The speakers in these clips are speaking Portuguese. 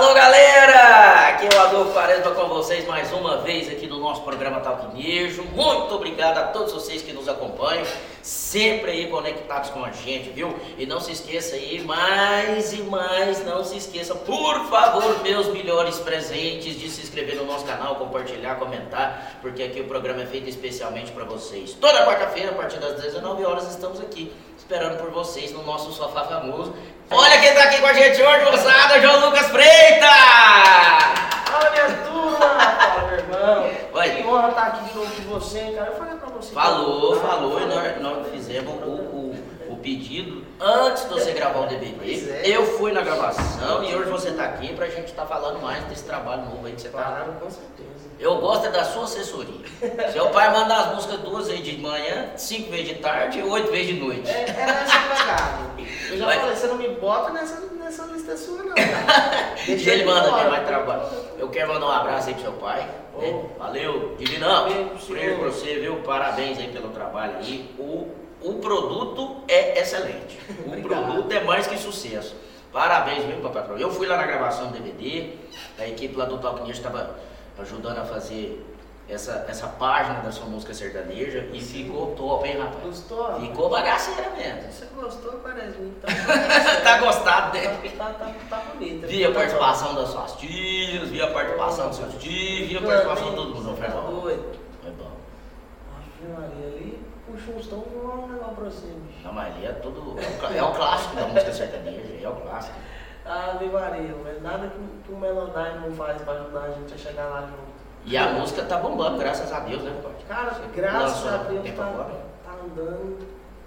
Alô galera, aqui é o Adolfo Quaresma com vocês mais uma vez aqui no nosso programa Talquinejo. Muito obrigado a todos vocês que nos acompanham, sempre aí conectados com a gente, viu? E não se esqueça aí, mais e mais, não se esqueça, por favor, meus melhores presentes, de se inscrever no nosso canal, compartilhar, comentar, porque aqui o programa é feito especialmente para vocês. Toda quarta-feira, a partir das 19 horas, estamos aqui esperando por vocês no nosso sofá famoso. Olha quem tá aqui com a gente hoje, moçada, João Lucas Freitas! Fala minha turma! Fala meu irmão! Oi. Que honra estar aqui de novo com você, cara. Eu falei pra você. Falou, e nós fizemos o pedido antes de você gravar o DVD. Eu fui na gravação e hoje você tá aqui pra gente estar falando mais desse trabalho novo aí que você tá. Claro, com certeza. Eu gosto é da sua assessoria. Seu pai manda as músicas 2 vezes de manhã, 5 vezes de tarde e 8 vezes de noite. É nessa pegada. Eu já falei, você não me bota nessa lista sua não, cara. E ele manda ter mais trabalho. Eu quero mandar um abraço aí pro seu pai. Né? Valeu, Divinão. Beijo pra você, viu? Parabéns aí pelo trabalho aí. O produto é excelente. O produto é mais que sucesso. Parabéns, viu, papai? Eu fui lá na gravação do DVD, a equipe lá do Talquinejo estava ajudando a fazer essa página da sua música sertaneja e ficou top, hein, rapaz? Gostou? Ficou bagaceira mesmo. Você gostou, Quaresma? Então, Tá gostado, né? Tá bonito. Vi a participação das suas tias, vi a participação dos seus tios, vi a participação de todo mundo. Foi bom. Foi bom. Ave Maria, ali puxa uns tons, vou falar um negócio pra você, bicho. Não, mas ali é tudo. É o clássico da música sertaneja, é o clássico. Ave Maria, mas nada que o Melodyne não faz pra ajudar a gente a chegar lá junto. E a música tá bombando, graças a Deus, né, pai? Cara, graças a Deus tempo agora. tá andando,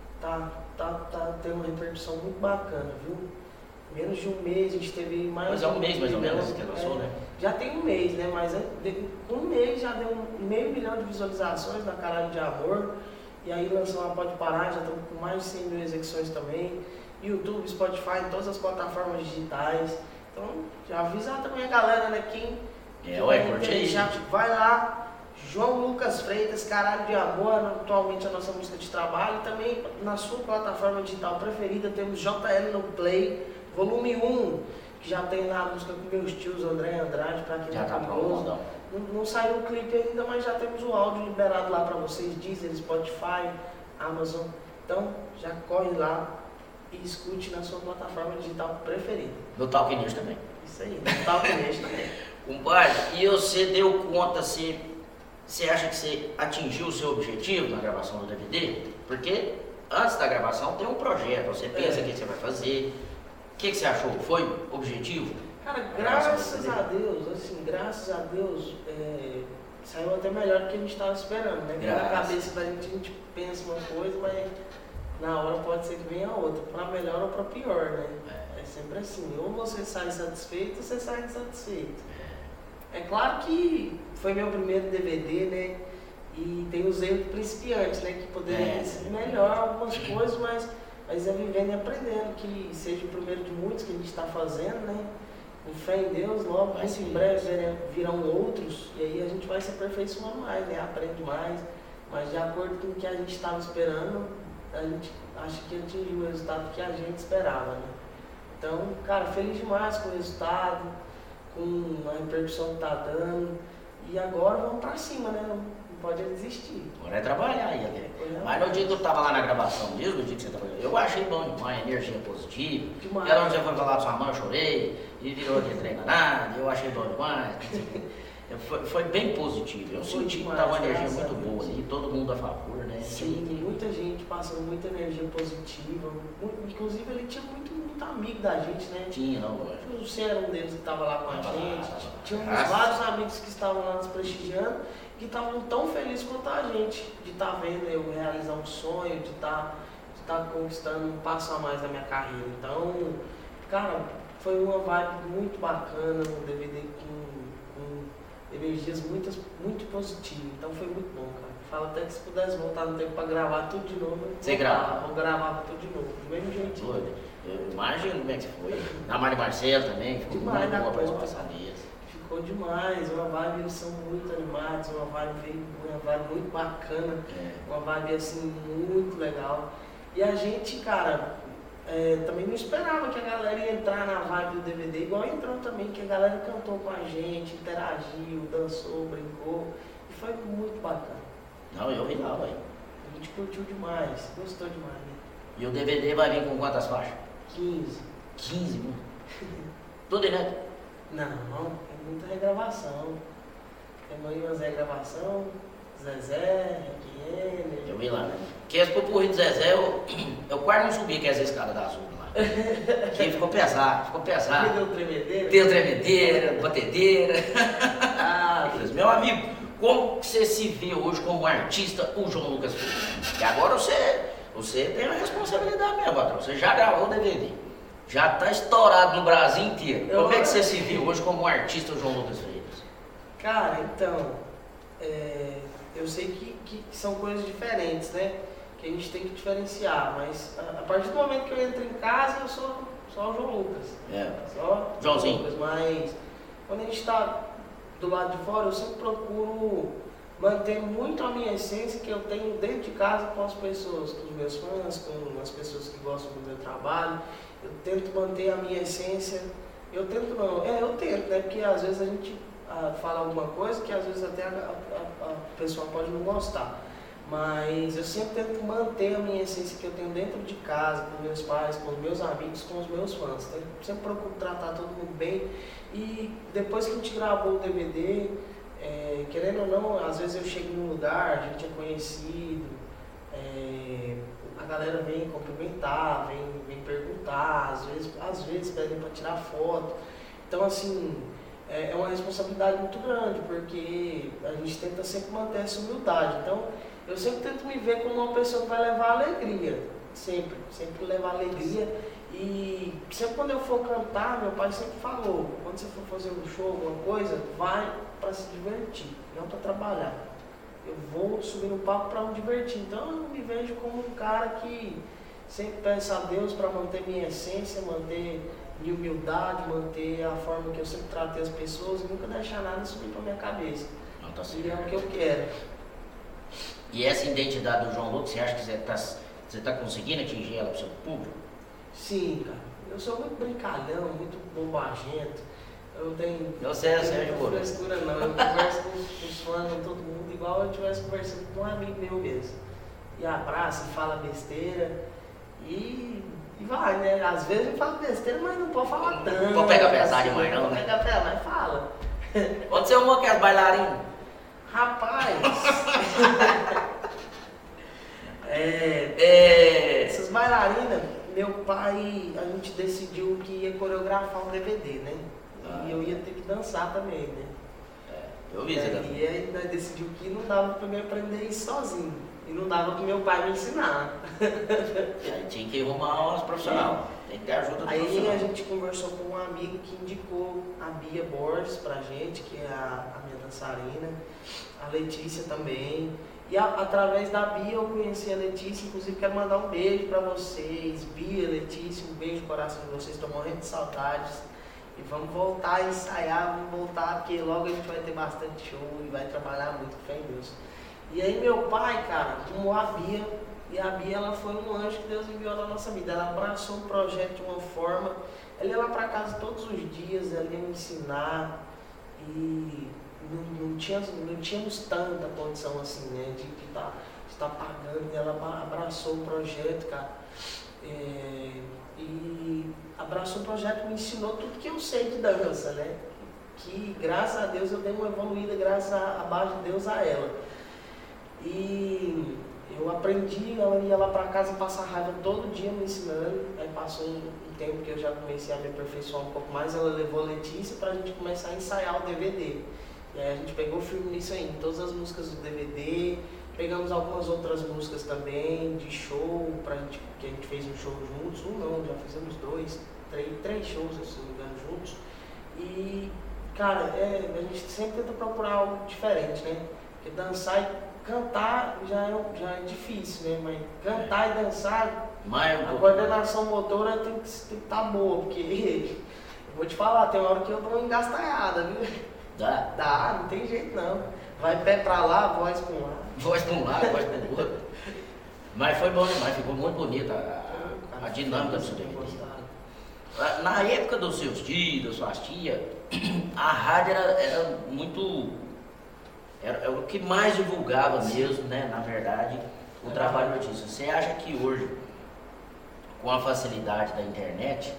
tá tendo uma repercussão muito bacana, viu? Menos de um mês a gente teve mais. Mas é um mês mais ou menos que lançou, né? Já tem um mês, né? Mas com um mês já deu 500 mil de visualizações na Caralho de Amor. E aí lançou a Pode Parar, já estamos com mais de 100 mil execuções também. YouTube, Spotify, todas as plataformas digitais. Então, já avisar também a galera, né? Quem curte aí. já vai lá, João Lucas Freitas, Caralho de Amor, atualmente a nossa música de trabalho. E também na sua plataforma digital preferida temos JL no Play, volume 1, que já tem lá a música com meus tios, André e Andrade, pra quem Já tá curioso. Não saiu o clipe ainda, mas já temos o áudio liberado lá pra vocês, Deezer, Spotify, Amazon. Então, já corre lá e escute na sua plataforma digital preferida. No Talquinejo também. Isso aí, no Talquinejo também. Compadre, e você deu conta, você acha que você atingiu o seu objetivo na gravação do DVD? Porque antes da gravação tem um projeto, você pensa o que você vai fazer. O que você achou? Foi objetivo? Cara, graças a Deus, saiu até melhor do que a gente estava esperando, né? Porque na cabeça da gente a gente pensa uma coisa, mas na hora pode ser que venha outra, para melhor ou para pior, né? É sempre assim, ou você sai satisfeito ou você sai insatisfeito. É claro que foi meu primeiro DVD, né? E tem os erros de principiantes, né? Que poderiam ter sido melhor algumas coisas, mas é vivendo e aprendendo, que seja o primeiro de muitos que a gente está fazendo, né? Com fé em Deus, logo, muito em breve virão outros, e aí a gente vai se aperfeiçoando mais, né? Aprende mais, mas de acordo com o que a gente estava esperando, a gente acha que atingiu o resultado que a gente esperava, né? Então, cara, feliz demais com o resultado, com a repercussão que tá dando, e agora vamos pra cima, né? Não pode desistir. Agora é trabalhar aí, né? Mas no dia que eu tava lá na gravação mesmo, no dia que você tava, eu achei bom demais, energia positiva. Demais. Ela onde você foi falar com sua mãe, eu chorei, e virou de treino nada, eu achei bom demais. Foi bem positivo. Eu senti que tava uma energia muito boa ali, todo mundo a favor, né? Sim, muita gente passando muita energia positiva. Inclusive ele tinha muito amigo da gente, né? Tinha, não, lógico. Você era um deles que estava lá com a gente. Tínhamos vários amigos que estavam lá nos prestigiando, que estavam tão felizes quanto a gente, de estar vendo eu realizar um sonho, de estar conquistando um passo a mais na minha carreira. Então, cara, foi uma vibe muito bacana, um DVD com energias muito positivas. Então foi muito bom, cara. Fala até que se pudesse voltar no tempo para gravar tudo de novo, você grava? Vou gravar tudo de novo, do mesmo jeitinho. Eu imagino como é que foi. Na Mari Marcelo também, ficou demais, muito boa a participação deles. Ficou demais, uma vibe, eles são muito animados, uma vibe muito bacana, uma vibe assim muito legal. E a gente, cara, também não esperava que a galera ia entrar na vibe do DVD, igual entrou também, que a galera cantou com a gente, interagiu, dançou, brincou. E foi muito bacana. Não, eu vi lá, velho. A gente curtiu demais, gostou demais, né? E o DVD vai vir com quantas faixas? 15. 15, mano. Tudo inédito? Não, tem muita regravação. Tem aí umas regravação, Zezé, Requiene. Eu vi lá, né? Que esse popurri do Zezé, eu quase não subi aquelas escadas da Azul lá. Que ficou pesado, ficou pesado. Deu tremedeira? Deu tremedeira, batedeira. Ah, meu amigo, como que você se vê hoje como artista, o João Lucas Freire? E agora você tem a responsabilidade mesmo, patrão. Você já gravou o DVD. Já está estourado no Brasil inteiro. Como é que você se viu hoje como artista, o João Lucas Freire? Cara, então, eu sei que são coisas diferentes, né? Que a gente tem que diferenciar, mas a partir do momento que eu entro em casa, eu sou só o João Lucas. Só Joãozinho. Lucas, mas quando a gente está do lado de fora, eu sempre procuro manter muito a minha essência que eu tenho dentro de casa com as pessoas, com os meus fãs, com as pessoas que gostam do meu trabalho. Eu tento manter a minha essência. Eu tento, né? Porque às vezes a gente fala alguma coisa que às vezes até a pessoa pode não gostar. Mas eu sempre tento manter a minha essência que eu tenho dentro de casa, com meus pais, com os meus amigos, com os meus fãs. Eu sempre procuro tratar todo mundo bem. E depois que a gente gravou o DVD, querendo ou não, às vezes eu chego num lugar, a gente é conhecido, a galera vem cumprimentar, vem perguntar, às vezes pedem para tirar foto. Então, assim, é uma responsabilidade muito grande, porque a gente tenta sempre manter essa humildade. Então, eu sempre tento me ver como uma pessoa que vai levar alegria, sempre levar alegria. E sempre quando eu for cantar, meu pai sempre falou, quando você for fazer um show, alguma coisa, vai para se divertir, não para trabalhar. Eu vou subir no palco para me divertir. Então eu me vejo como um cara que sempre peço a Deus para manter minha essência, manter minha humildade, manter a forma que eu sempre tratei as pessoas e nunca deixar nada subir para minha cabeça. Não, tá certo. E é o que eu quero. E essa identidade do João Lucas, você acha que você está conseguindo atingir ela para o seu público? Sim, cara. Eu sou muito brincalhão, muito bombagento. Eu tenho. Você é Sérgio Moro. Não frescura não. Eu converso com os fãs, com todo mundo, igual eu estivesse conversando com um amigo meu mesmo. E abraça, fala besteira. E vai, né? Às vezes eu falo besteira, mas não pode falar tanto. Não pode pegar pesado demais, não, Não né? pode pegar pesado, mas fala. Onde você arrumou aquelas bailarinas? Rapaz! Essas bailarinas, meu pai, a gente decidiu que ia coreografar um DVD, né? E eu ia ter que dançar também, né? Eu vi você dançando. E aí nós decidimos que não dava pra mim aprender isso sozinho. E não dava pro meu pai me ensinar. Aí tinha que arrumar umas profissional. Tem que ter ajuda do Aí profissional. a gente conversou com um amigo que indicou a Bia Borges pra gente, que é a minha dançarina, a Letícia também. E através da Bia eu conheci a Letícia, inclusive quero mandar um beijo pra vocês. Bia, Letícia, um beijo no coração de vocês, estou morrendo de saudades. E vamos voltar a ensaiar, vamos voltar, porque logo a gente vai ter bastante show e vai trabalhar muito, fé em Deus. E aí meu pai, cara, tomou a Bia, e a Bia ela foi um anjo que Deus enviou na nossa vida. Ela abraçou o projeto de uma forma, ela ia lá pra casa todos os dias, ela ia me ensinar, e não tínhamos tanta condição assim, né, de estar pagando, e ela abraçou o projeto, cara. E abraçou o projeto, me ensinou tudo que eu sei de dança, né? Que graças a Deus eu dei uma evoluída, graças a base de Deus a ela. E eu aprendi, ela ia lá pra casa passar raiva todo dia me ensinando. Aí passou um tempo que eu já comecei a me aperfeiçoar um pouco mais, ela levou a Letícia pra gente começar a ensaiar o DVD. E aí a gente pegou firme nisso aí, em todas as músicas do DVD. Pegamos algumas outras músicas também, de show, que a gente fez um show juntos, já fizemos três shows, se não me engano, juntos. E, cara, a gente sempre tenta procurar algo diferente, né? Porque dançar e cantar já é difícil, né? Mas cantar e dançar, a coordenação motora tem que estar boa, porque eu vou te falar, tem uma hora que eu dou uma engastalhada, viu? Dá, não tem jeito não. Vai pé pra lá, voz pra um lado. Voz pra um lado, voz pro outro. Mas foi bom demais, ficou muito bonita a dinâmica do seu DVD. Na época dos seus tios, das suas tias, a rádio era muito. Era o que mais divulgava mesmo, né? Na verdade, o trabalho do artista. Você acha que hoje, com a facilidade da internet,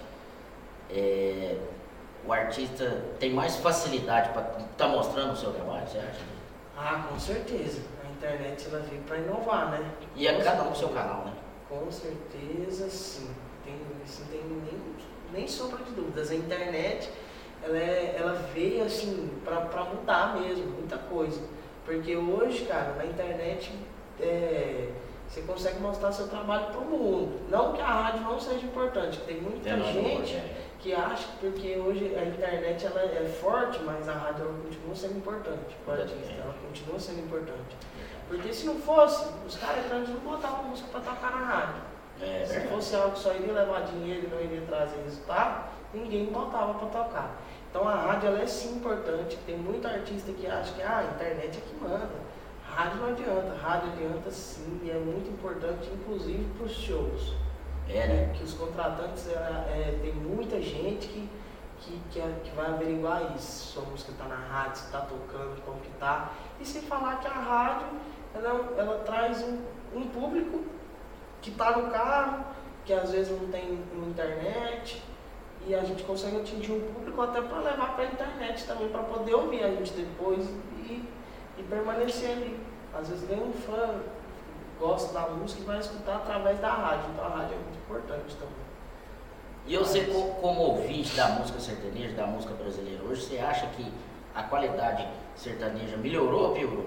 o artista tem mais facilidade para estar mostrando o seu trabalho, você acha? Ah, com certeza. A internet ela veio para inovar, né? E é cada um com o seu canal, né? Com certeza, sim. Isso não tem nem sombra de dúvidas. A internet ela veio assim para mudar mesmo, muita coisa. Porque hoje, cara, na internet você consegue mostrar seu trabalho para o mundo. Não que a rádio não seja importante, tem muita gente que acha que porque hoje a internet ela é forte, mas a rádio ela continua sendo importante. O artista, ela continua sendo importante. Porque se não fosse, os caras grandes não botavam música para tocar na rádio. Se fosse algo que só iria levar dinheiro e não iria trazer resultado, ninguém botava para tocar. Então a rádio ela é sim importante. Tem muito artista que acha que a internet é que manda. Rádio não adianta, rádio adianta sim, e é muito importante, inclusive para os shows. Né? Que os contratantes, tem muita gente que vai averiguar isso. Se sua música está na rádio, se está tocando, como que está. E sem falar que a rádio, ela traz um público que está no carro, que às vezes não tem internet, e a gente consegue atingir um público até para levar para a internet também, para poder ouvir a gente depois e permanecer ali. Às vezes vem um fã, gosta da música e vai escutar através da rádio, então a rádio é muito importante também. E você, como ouvinte da música sertaneja, da música brasileira hoje, você acha que a qualidade sertaneja melhorou ou piorou?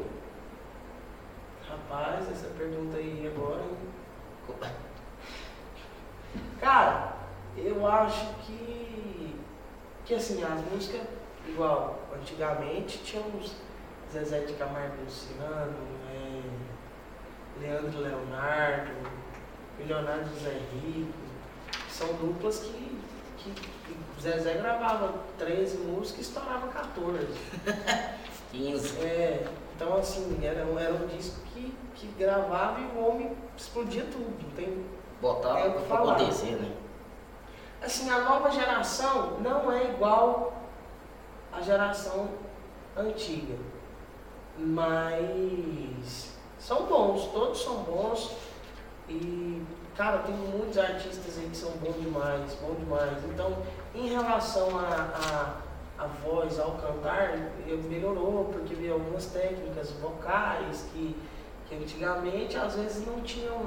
Rapaz, essa pergunta aí agora, hein? Cara, eu acho que assim, as músicas, igual antigamente, tinha uns Zezé de Camargo e Luciano, Leandro Leonardo, Leonardo José Rico, são duplas que Zezé gravava 13 músicas e estourava 14. 15. Então assim, era um disco que gravava e o homem explodia tudo, não tem Botava pra acontecer, né? Assim, a nova geração não é igual à geração antiga, mas são bons, todos são bons e, cara, tem muitos artistas aí que são bons demais. Então, em relação a voz, ao cantar, melhorou, porque veio algumas técnicas vocais que antigamente às vezes não tinham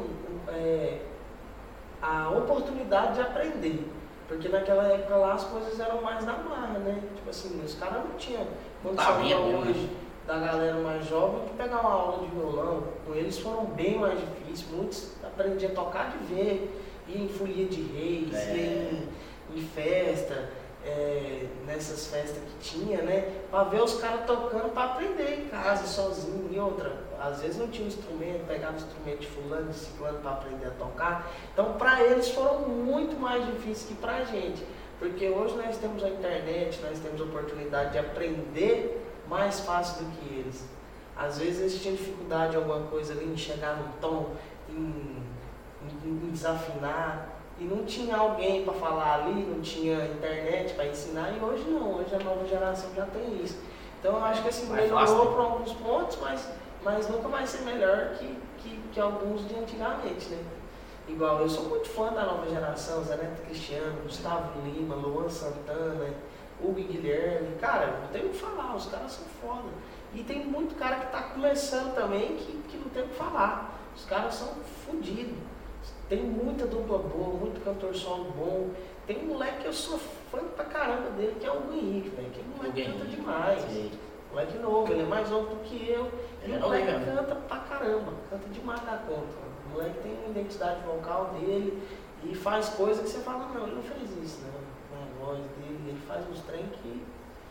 a oportunidade de aprender, porque naquela época lá as coisas eram mais na marra, né? Tipo assim, os caras não tinham condição hoje da galera mais jovem de pegar uma aula de violão. Com eles foram bem mais difíceis, muitos aprendiam a tocar de ver, ia em folia de reis, ia em festa, nessas festas que tinha, né? Pra ver os caras tocando, pra aprender em casa, sozinho. E outra, às vezes não tinha um instrumento, pegava o instrumento de fulano, de ciclano pra aprender a tocar. Então pra eles foram muito mais difíceis que pra gente. Porque hoje nós temos a internet, nós temos a oportunidade de aprender mais fácil do que eles. Às vezes eles tinham dificuldade em alguma coisa ali, em chegar no tom, em desafinar. E não tinha alguém para falar ali, não tinha internet para ensinar, e hoje não, hoje a nova geração já tem isso. Então eu acho que assim, melhorou para alguns pontos, mas nunca vai ser melhor que alguns de antigamente, né? Igual, eu sou muito fã da nova geração, Zé Neto Cristiano, Gustavo Lima, Luan Santana, Hugo e Guilherme. Cara, não tem o que falar, os caras são foda. E tem muito cara que tá começando também que não tem o que falar. Os caras são fodidos. Tem muita dupla boa, muito cantor solo bom. Tem um moleque que eu sou fã pra caramba dele, que é o Hugo Henrique, velho. Que moleque canta demais. Sim. Moleque novo, ele é mais novo do que eu. E o moleque canta pra caramba, canta demais da conta. O moleque tem uma identidade vocal dele e faz coisas que você fala, não, ele não fez isso, não. Com a voz dele, ele faz uns trem que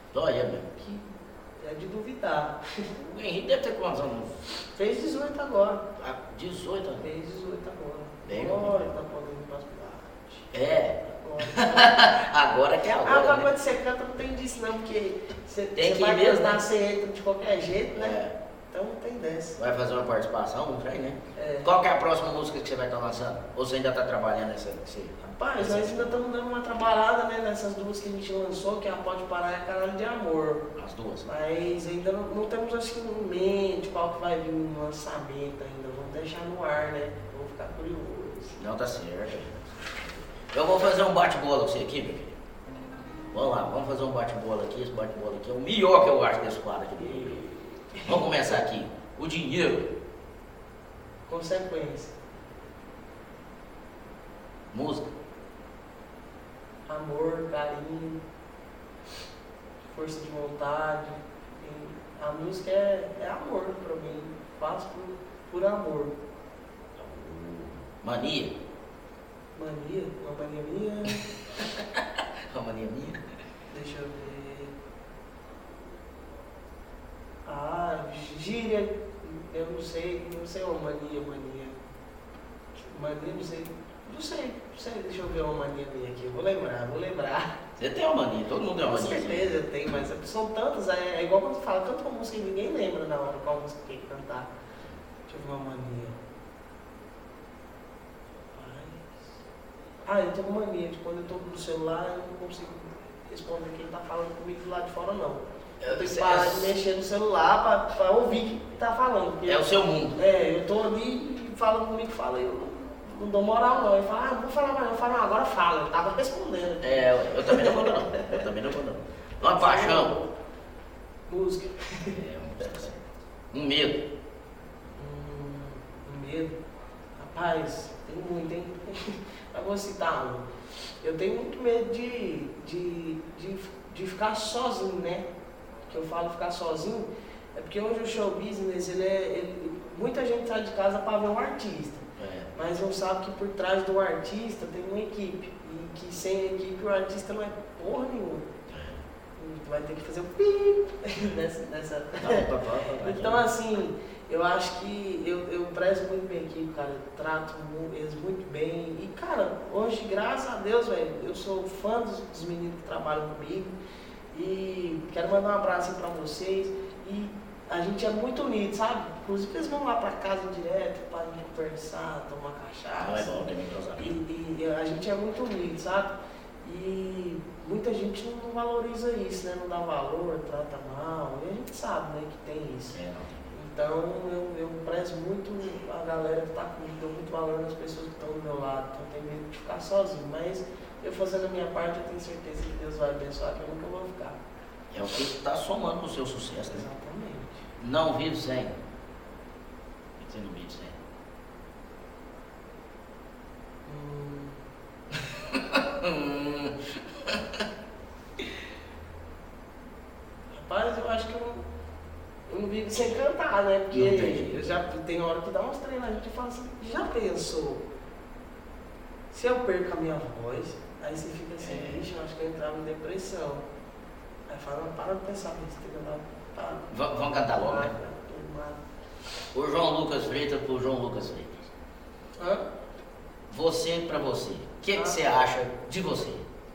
é de duvidar. O Henrique deve ter quantos anos? Fez 18 agora. 18 anos? Fez 18 agora. Bem, agora tá podendo ir pra agora que é agora. Agora quando você canta não tem disso não, porque você vai cantar, você entra de qualquer jeito, né? então tem dessa. Vai fazer uma participação, não sei, né? É. Qual que é a próxima música que você vai estar lançando? Ou você ainda está trabalhando nessa? Rapaz, nós ainda estamos dando uma trabalhada, né, nessas duas que a gente lançou, que é a Pode Parar e a Caralho de Amor. As duas? Mas ainda não temos assim em mente qual que vai vir no lançamento ainda. Vamos deixar no ar, né? Vamos ficar curiosos. Não, tá certo. Eu vou fazer um bate-bola com você aqui, meu filho. Vamos lá, vamos fazer um bate-bola aqui. Esse bate-bola aqui é o melhor que eu acho desse quadro aqui. Vamos começar aqui. O dinheiro. Consequência. Música. Amor, carinho, força de vontade. E a música é amor pra mim. Faço por amor. Mania. Mania? Uma mania minha. Uma mania minha? Deixa eu ver. Ah, gíria. Eu não sei uma mania. Mania, não sei. Não sei, deixa eu ver uma mania minha aqui. Eu vou lembrar. Você tem uma mania, todo mundo tem uma Com mania. certeza eu tenho, mas são tantas, é igual quando você fala, canta uma música e ninguém lembra na hora qual música tem que cantar. Deixa eu ver uma mania. Eu tenho uma mania de quando eu tô no celular eu não consigo responder quem tá falando comigo do lado de fora não. Eu tenho que parar de mexer no celular pra ouvir quem tá falando. É o seu mundo. Eu tô ali falando comigo, fala, eu não dou moral não. Ele fala, não vou falar mais, eu falo, não, agora fala, eu tava respondendo. Eu também não vou não. Uma paixão. Música. Um medo. Um medo. Rapaz, tem muito, hein? Eu vou citar um. Eu tenho muito medo de ficar sozinho, né? Que eu falo ficar sozinho, é porque hoje o show business, muita gente sai de casa para ver um artista. Mas não sabe que por trás do artista tem uma equipe. E que sem equipe o artista não é porra nenhuma. Tu vai ter que fazer um pi nessa. Então assim, eu acho que eu prezo muito minha equipe, cara. Eu trato eles muito bem. E cara, hoje, graças a Deus, velho, eu sou fã dos meninos que trabalham comigo. E quero mandar um abraço pra vocês. E a gente é muito unido, sabe? Inclusive eles vão lá pra casa direto pra gente conversar, tomar cachaça. E a gente é muito unido, sabe? E muita gente não valoriza isso, né? Não dá valor, trata mal. E a gente sabe, né, que tem isso. Então eu prezo muito a galera que tá comigo, dou muito valor nas pessoas que estão do meu lado. Então eu tenho medo de ficar sozinho. Mas eu fazendo a minha parte, eu tenho certeza que Deus vai abençoar, que eu nunca vou ficar. É o que está somando pro seu sucesso, né? Exatamente. Não vive sem. Você não vive sem. Rapaz, eu acho que eu não vivo sem cantar, né? Porque eu já tem hora que dá uns treinos, a gente fala assim, já pensou? Se eu perco a minha voz, aí você fica assim, vixe, eu acho que eu entrava em depressão. Aí fala, não, para de pensar nisso, tem que andar. Vamos cantar logo, né? O João Lucas Freitas pro João Lucas Freitas. Você pra você. O que você acha de você?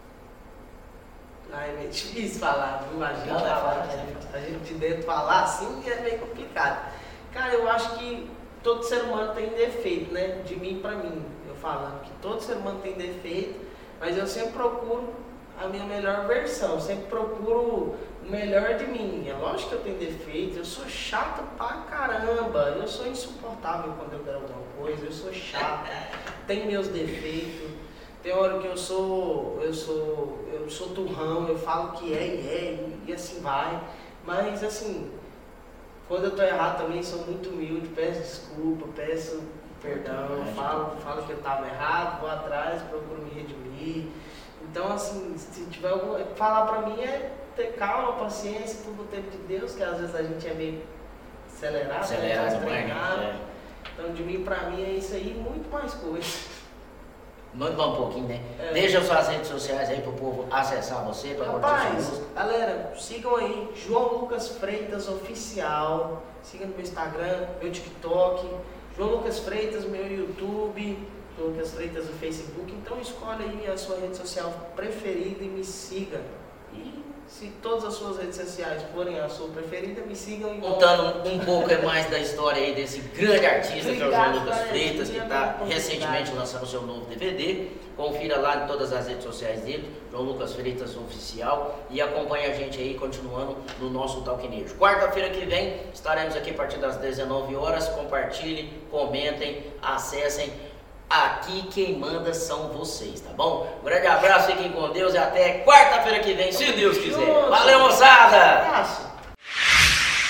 É meio difícil falar, viu? A gente de dentro falar assim é meio complicado. Cara, eu acho que todo ser humano tem defeito, né? De mim pra mim. Eu falando que todo ser humano tem defeito, mas eu sempre procuro a minha melhor versão, sempre procuro o melhor de mim. É lógico que eu tenho defeito, eu sou chato pra caramba, eu sou insuportável quando eu quero alguma coisa, eu sou chato, tenho meus defeitos. Tem hora que eu sou turrão, eu falo que e assim vai. Mas assim, quando eu tô errado também sou muito humilde, peço desculpa, peço perdão, falo que eu tava errado, vou atrás, procuro me redimir. Então assim, se tiver alguma. Falar pra mim é ter calma, paciência, tudo o tempo de Deus, que às vezes a gente é meio acelerado, treinado. Então de mim pra mim é isso aí e muito mais coisa. Manda um pouquinho, né? Deixa suas redes sociais aí pro povo acessar você pra Rapaz, galera, sigam aí, João Lucas Freitas Oficial. Siga no meu Instagram, meu TikTok, João Lucas Freitas, meu YouTube, João Lucas Freitas no Facebook. Então escolhe aí a sua rede social preferida e me siga. E se todas as suas redes sociais forem a sua preferida, me sigam. Contando um pouco mais da história aí desse grande artista que é o João Lucas Freitas, que está recentemente lançando o seu novo DVD. Confira lá em todas as redes sociais dele, João Lucas Freitas Oficial, e acompanhe a gente aí, continuando no nosso Talquinejo. Quarta-feira que vem, estaremos aqui a partir das 19 horas. Compartilhem, comentem, acessem. Aqui quem manda são vocês, tá bom? Um grande abraço, fiquem com Deus e até quarta-feira que vem, se Deus quiser. Valeu, moçada!